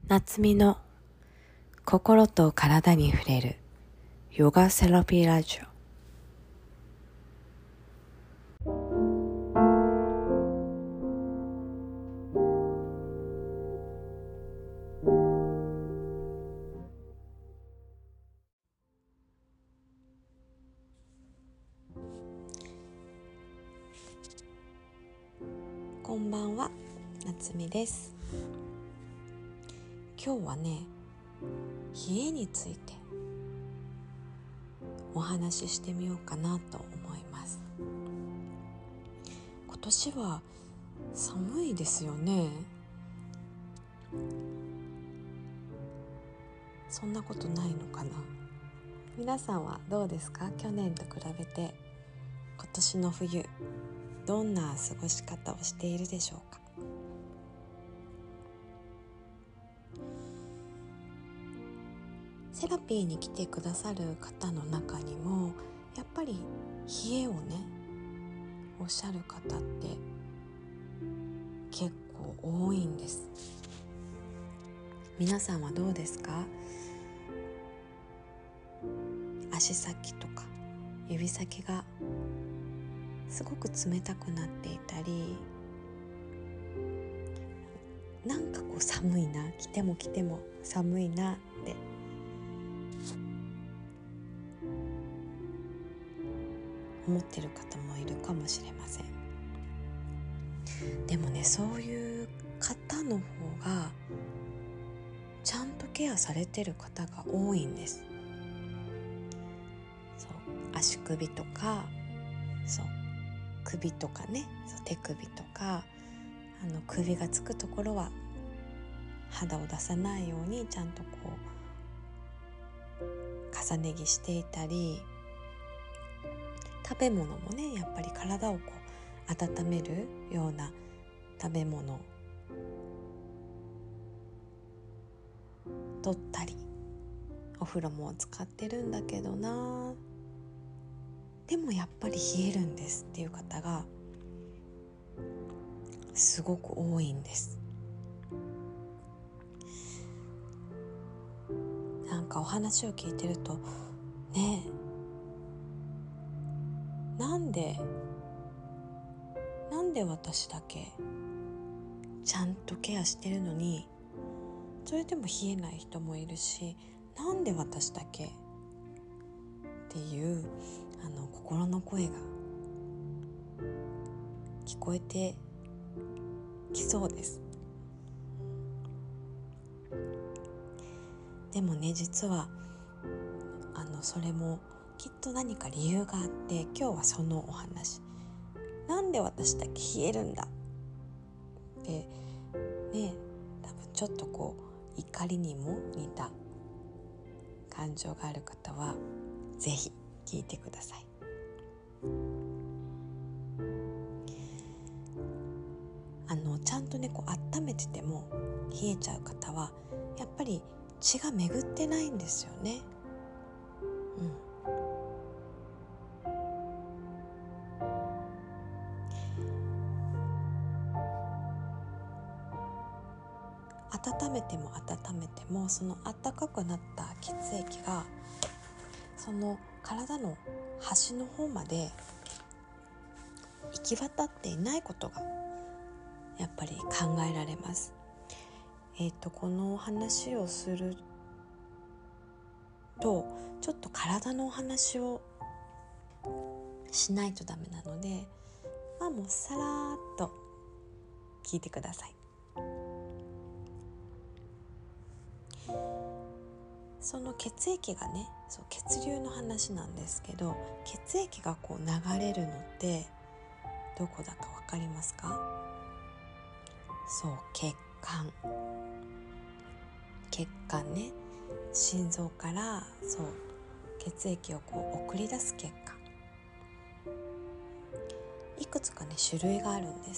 夏美の心と体に触れるヨガセラピーラジオ。こんばんは、夏美です。今日はね、冷えについてお話ししてみようかなと思います。今年は寒いですよね。そんなことないのかな。皆さんはどうですか？去年と比べて今年の冬、どんな過ごし方をしているでしょうか？セラピーに来てくださる方の中にもやっぱり冷えをねおっしゃる方って結構多いんです。皆さんはどうですか？足先とか指先がすごく冷たくなっていたり、なんかこう寒いな、着ても着ても寒いなって思ってる方もいるかもしれません。でもね、そういう方の方がちゃんとケアされてる方が多いんです。そう、足首とか、そう首とかね、そう手首とか、首がつくところは肌を出さないようにちゃんとこう重ね着していたり、食べ物もねやっぱり体をこう温めるような食べ物取ったり、お風呂も使ってるんだけどな、でもやっぱり冷えるんですっていう方がすごく多いんです。なんかお話を聞いてるとねえ、なんで私だけちゃんとケアしてるのにそれでも冷えない人もいるし、なんで私だけっていう心の声が聞こえてきそうです。でもね、実はそれもきっと何か理由があって、今日はそのお話、なんで私だけ冷えるんだってね、多分ちょっとこう怒りにも似た感情がある方はぜひ聞いてください。ちゃんとねこう温めてても冷えちゃう方はやっぱり血が巡ってないんですよね。温めてもその温かくなった血液がその体の端の方まで行き渡っていないことがやっぱり考えられます。この話をするとちょっと体のお話をしないとダメなので、もうさらーっと聞いてください。その血液がね、そう血流の話なんですけど、血液がこう流れるのってどこだかわかりますか？そう、血管ね、心臓からそう血液をこう送り出す血管、いくつかね種類があるんです。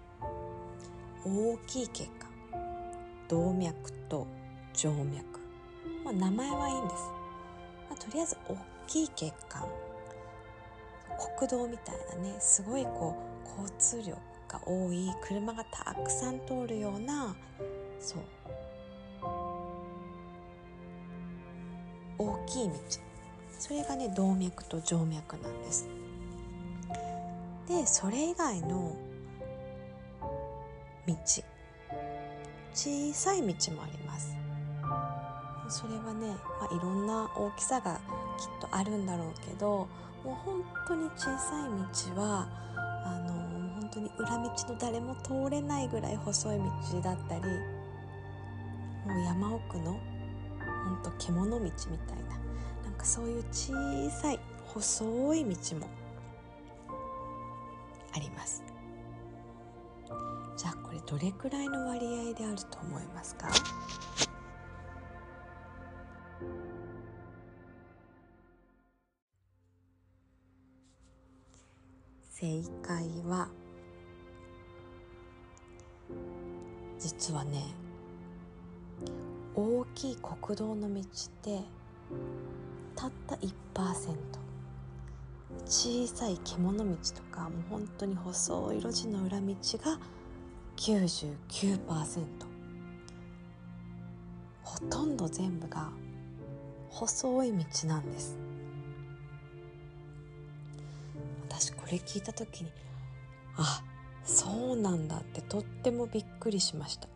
大きい血管、動脈と静脈、名前はいいんです。とりあえず大きい血管、国道みたいなね、すごいこう交通量が多い車がたくさん通るようなそう大きい道、それがね動脈と静脈なんです。でそれ以外の道、小さい道もあります。それはね、いろんな大きさがきっとあるんだろうけど、もう本当に小さい道は本当に裏道の誰も通れないぐらい細い道だったり、もう山奥の本当獣道みたいな、なんかそういう小さい細い道もあります。じゃあこれどれくらいの割合であると思いますか？正解は実はね、大きい国道の道ってたった 1%、 小さい獣道とかもう本当に細い路地の裏道が 99%、 ほとんど全部が細い道なんです。私これ聞いた時に、あ、そうなんだってとってもびっくりしました。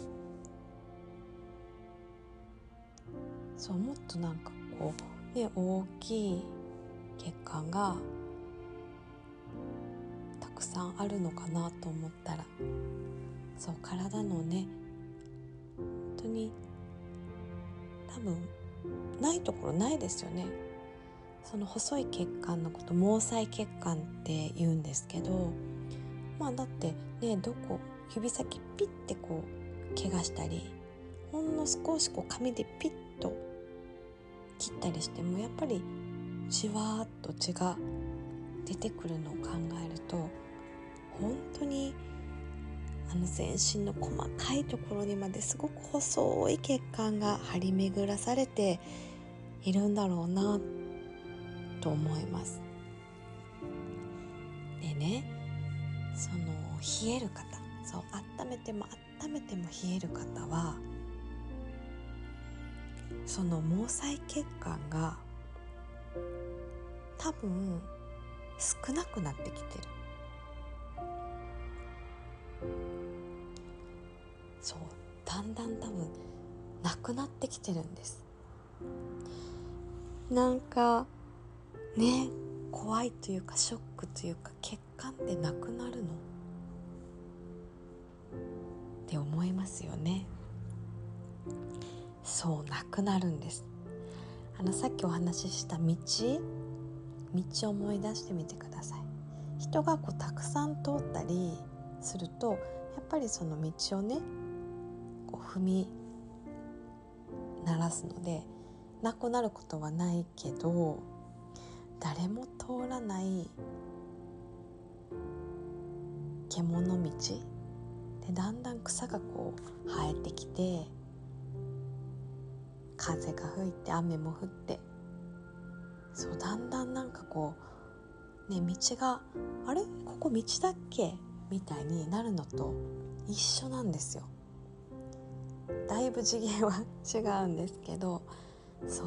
そう、もっとなんかこうね、大きい血管がたくさんあるのかなと思ったら、そう体のね、本当に多分ないところないですよね。その細い血管のこと毛細血管って言うんですけど、だってね、どこ指先ピッてこう怪我したり、ほんの少しこう紙でピッと切ったりしてもやっぱりじわーっと血が出てくるのを考えると、本当に全身の細かいところにまですごく細い血管が張り巡らされているんだろうなと思います。でね、その冷える方、そう温めても温めても冷える方は、その毛細血管が多分少なくなってきてる。そう、だんだん多分なくなってきてるんです。なんかね、怖いというかショックというか、血管ってなくなるのって思いますよね。そう、なくなるんです。さっきお話しした道を思い出してみてください。人がこうたくさん通ったりすると、やっぱりその道をねこう踏み鳴らすのでなくなることはないけど、誰も通らない獣道でだんだん草がこう生えてきて、風が吹いて雨も降って、そうだんだんなんかこうね、道があれここ道だっけみたいになるのと一緒なんですよ。だいぶ次元は違うんですけど、そう、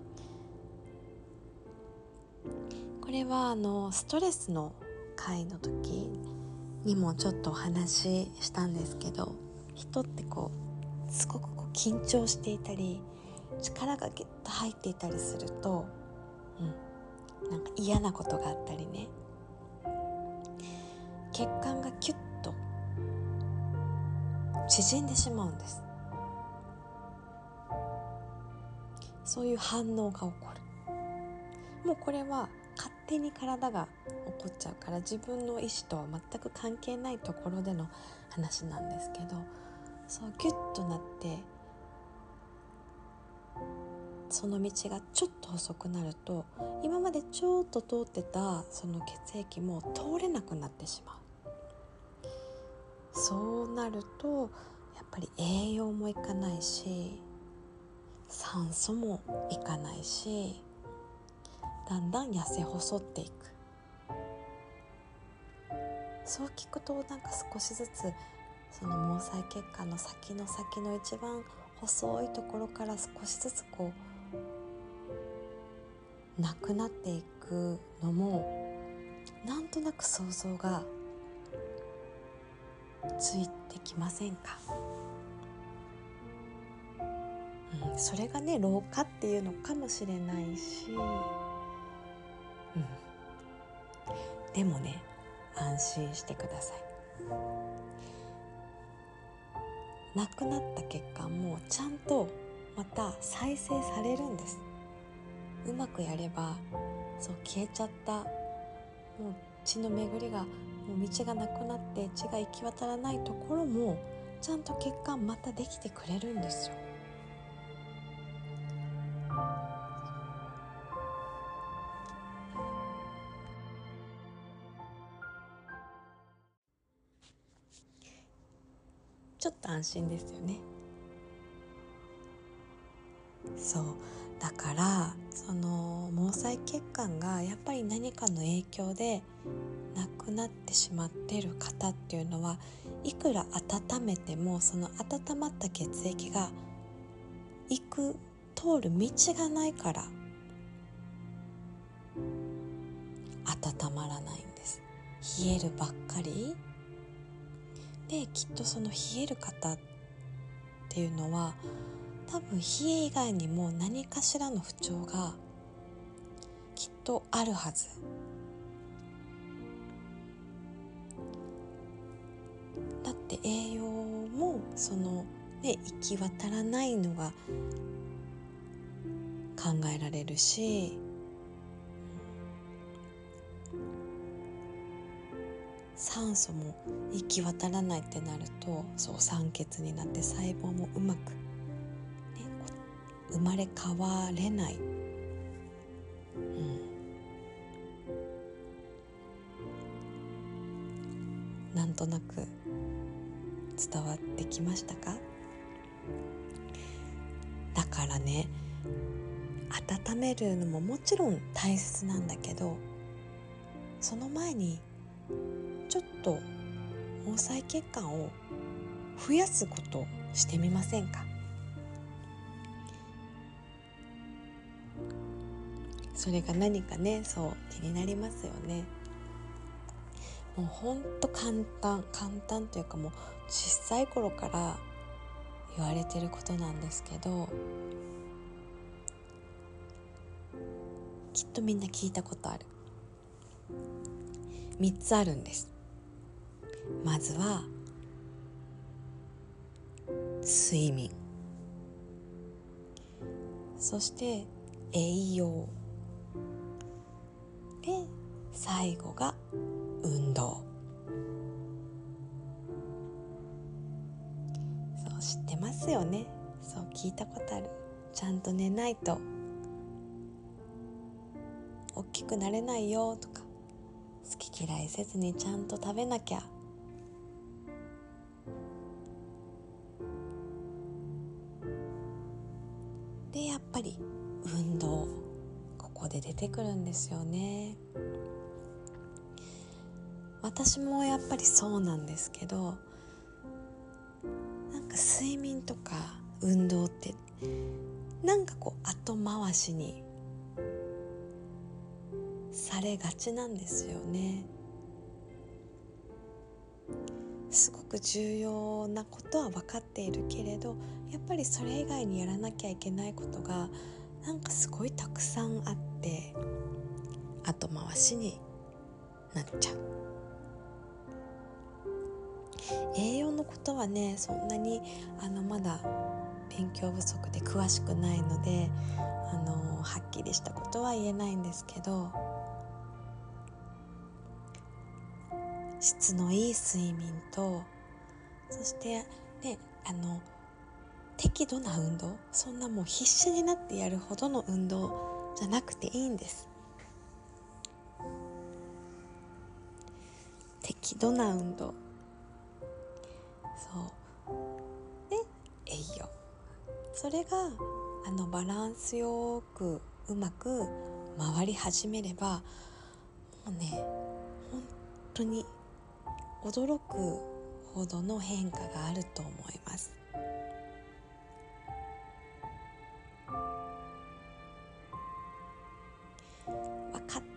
これはストレスの回の時にもちょっとお話ししたんですけど、人ってこうすごくこう緊張していたり力がギュッと入っていたりすると、なんか嫌なことがあったりね、血管がキュッと縮んでしまうんです。そういう反応が起こる。もうこれは勝手に体が起こっちゃうから、自分の意思とは全く関係ないところでの話なんですけど、そうギュッとなってその道がちょっと細くなると、今までちょっと通ってたその血液も通れなくなってしまう。そうなるとやっぱり栄養もいかないし、酸素もいかないし、だんだん痩せ細っていく。そう聞くとなんか少しずつその毛細血管の先の先の一番細いところから少しずつこうなくなっていくのもなんとなく想像がついてきませんか？それがね老化っていうのかもしれないし、でもね安心してください。なくなった血管もちゃんとまた再生されるんです。うまくやればそう消えちゃったもう血の巡りがもう道がなくなって血が行き渡らないところもちゃんと血管またできてくれるんですよ。ちょっと安心ですよね。そうだからその毛細血管がやっぱり何かの影響でなくなってしまっている方っていうのはいくら温めてもその温まった血液が通る道がないから温まらないんです。冷えるばっかりで、きっとその冷える方っていうのは多分冷え以外にも何かしらの不調がきっとあるはず。だって栄養もその行き渡らないのが考えられるし、酸素も行き渡らないってなるとそう酸欠になって細胞もうまく、生まれ変われない、なんとなく伝わってきましたか？だからね温めるのももちろん大切なんだけど、その前にちょっと毛細血管を増やすことをしてみませんか？それが何かね、そう気になりますよね。もうほんと簡単というかもう小さい頃から言われてることなんですけど、きっとみんな聞いたことある。3つあるんです。まずは睡眠、そして栄養で、最後が運動。そう知ってますよね。そう聞いたことある。ちゃんと寝ないと大きくなれないよとか、好き嫌いせずにちゃんと食べなきゃ。でやっぱり運動、ここで出てくるんですよね。私もやっぱりそうなんですけど、なんか睡眠とか運動ってなんかこう後回しにされがちなんですよね。すごく重要なことは分かっているけれど、やっぱりそれ以外にやらなきゃいけないことがなんかすごいたくさんあって後回しになっちゃう。栄養のことはねそんなにまだ勉強不足で詳しくないのではっきりしたことは言えないんですけど、質のいい睡眠と、そしてね適度な運動、そんなもう必死になってやるほどの運動じゃなくていいんです。適度な運動、そうで栄養、それがバランスよくうまく回り始めれば、もうね本当に驚くほどの変化があると思います。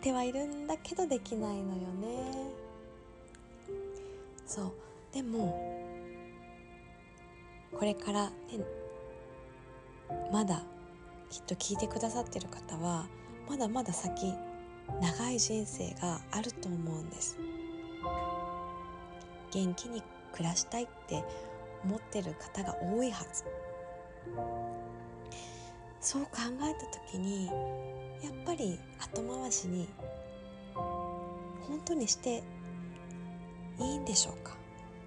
ってはいるんだけどできないのよね。そうでもこれからね、まだきっと聞いてくださってる方はまだまだ先長い人生があると思うんです。元気に暮らしたいって思ってる方が多いはず。そう考えた時にやっぱり後回しに本当にしていいんでしょうか。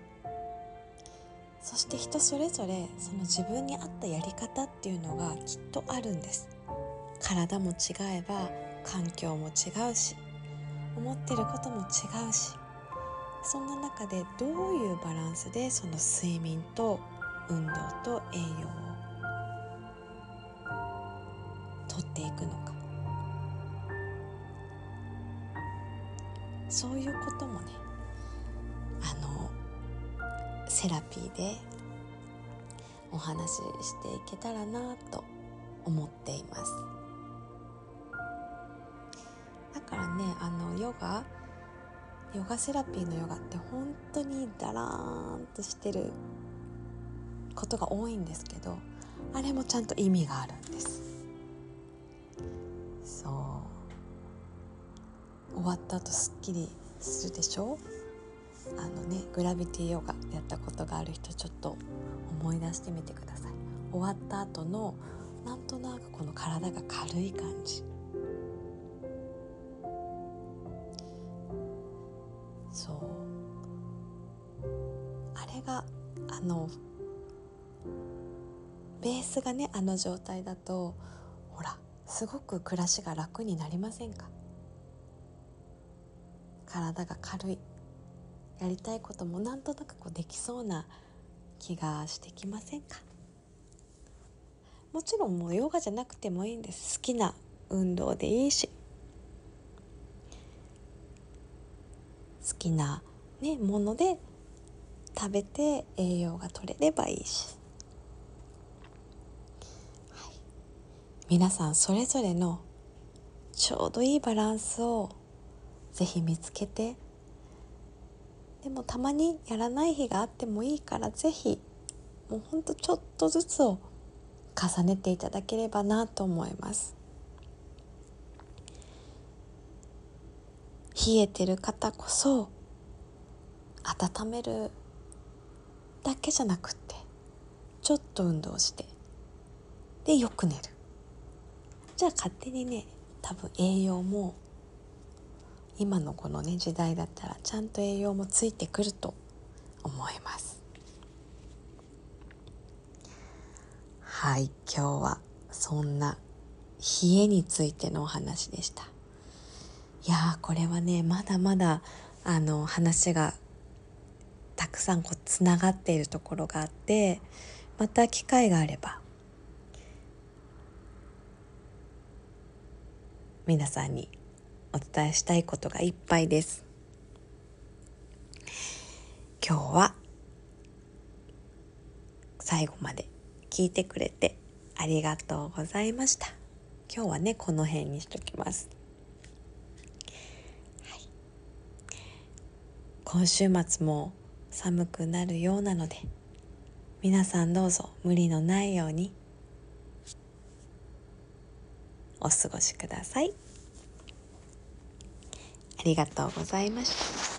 そして人それぞれその自分に合ったやり方っていうのがきっとあるんです。体も違えば環境も違うし、思ってることも違うし、そんな中でどういうバランスでその睡眠と運動と栄養をとっていくのか、そういうこともね、セラピーでお話ししていけたらなと思っています。だからね、ヨガセラピーのヨガって本当にダラーンとしてることが多いんですけど、あれもちゃんと意味があるんです。そう終わった後すっきりするでしょ。グラビティヨガやったことがある人ちょっと思い出してみてください。終わった後のなんとなくこの体が軽い感じ、そうあれがベースがね状態だとほらすごく暮らしが楽になりませんか。体が軽い、やりたいこともなんとなくできそうな気がしてきませんか。もちろんもうヨガじゃなくてもいいんです。好きな運動でいいし、好きな、もので食べて栄養が取れればいいし、皆さんそれぞれのちょうどいいバランスをぜひ見つけて、でもたまにやらない日があってもいいからぜひもうほんとちょっとずつを重ねていただければなと思います。冷えてる方こそ温めるだけじゃなくってちょっと運動してでよく寝る。じゃあ勝手にね、多分栄養も今のこのね時代だったらちゃんと栄養もついてくると思います。はい、今日はそんな冷えについてのお話でした。いやー、これはねまだまだ話がたくさんつながっているところがあって、また機会があれば皆さんにお伝えしたいことがいっぱいです。今日は最後まで聞いてくれてありがとうございました。今日はねこの辺にしときます。はい、今週末も寒くなるようなので、皆さんどうぞ無理のないようにお過ごしください。ありがとうございました。